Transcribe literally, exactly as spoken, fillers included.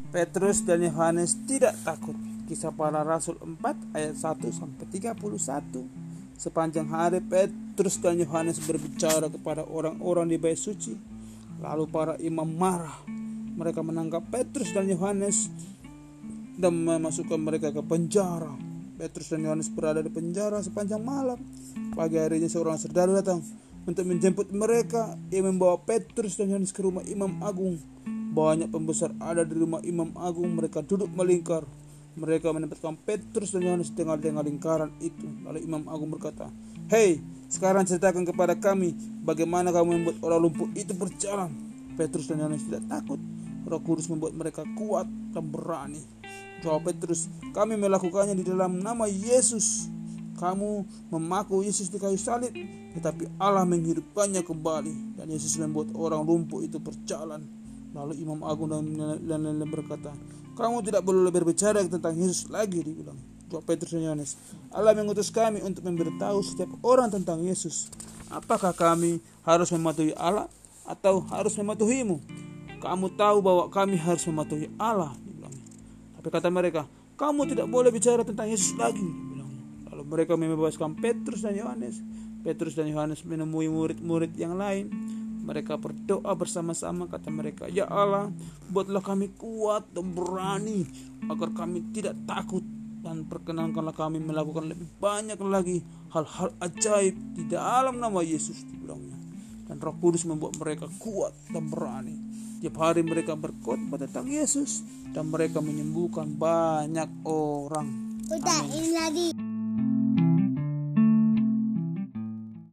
Petrus dan Yohanes tidak takut. Kisah Para Rasul empat ayat satu sampai tiga puluh satu. Sepanjang hari Petrus dan Yohanes berbicara kepada orang-orang di bait suci. Lalu para imam marah. Mereka menangkap Petrus dan Yohanes dan memasukkan mereka ke penjara. Petrus dan Yohanes berada di penjara sepanjang malam. Pagi harinya seorang serdadu datang untuk menjemput mereka. Ia membawa Petrus dan Yohanes ke rumah imam agung. Banyak pembesar ada di rumah imam agung. Mereka duduk melingkar. Mereka menempatkan Petrus dan Yohanes di tengah-tengah lingkaran itu. Lalu imam agung berkata, "Hei, sekarang ceritakan kepada kami bagaimana kamu membuat orang lumpuh itu berjalan." Petrus dan Yohanes tidak takut. Roh Kudus membuat mereka kuat dan berani. Jawab Petrus, "Kami melakukannya di dalam nama Yesus. Kamu memaku Yesus di kayu salib, tetapi Allah menghidupkannya kembali, dan Yesus membuat orang lumpuh itu berjalan." Lalu imam agung dan lain-lain berkata, "Kamu tidak boleh berbicara tentang Yesus lagi," dibilang. Jawab Petrus dan Yohanes, "Allah mengutus kami untuk memberitahu setiap orang tentang Yesus. Apakah kami harus mematuhi Allah atau harus mematuhimu? Kamu tahu bahwa kami harus mematuhi Allah," dibilang. Tapi kata mereka, "Kamu tidak boleh bicara tentang Yesus lagi," dibilang. Lalu mereka membebaskan Petrus dan Yohanes. Petrus dan Yohanes menemui murid-murid yang lain. Mereka berdoa bersama-sama, kata mereka, "Ya Allah, buatlah kami kuat dan berani, agar kami tidak takut, dan perkenankanlah kami melakukan lebih banyak lagi hal-hal ajaib di dalam nama Yesus," dibilangnya. Dan Roh Kudus membuat mereka kuat dan berani. Tiap hari mereka berkhotbah tentang Yesus, dan mereka menyembuhkan banyak orang. Udah, Amin. ini lagi.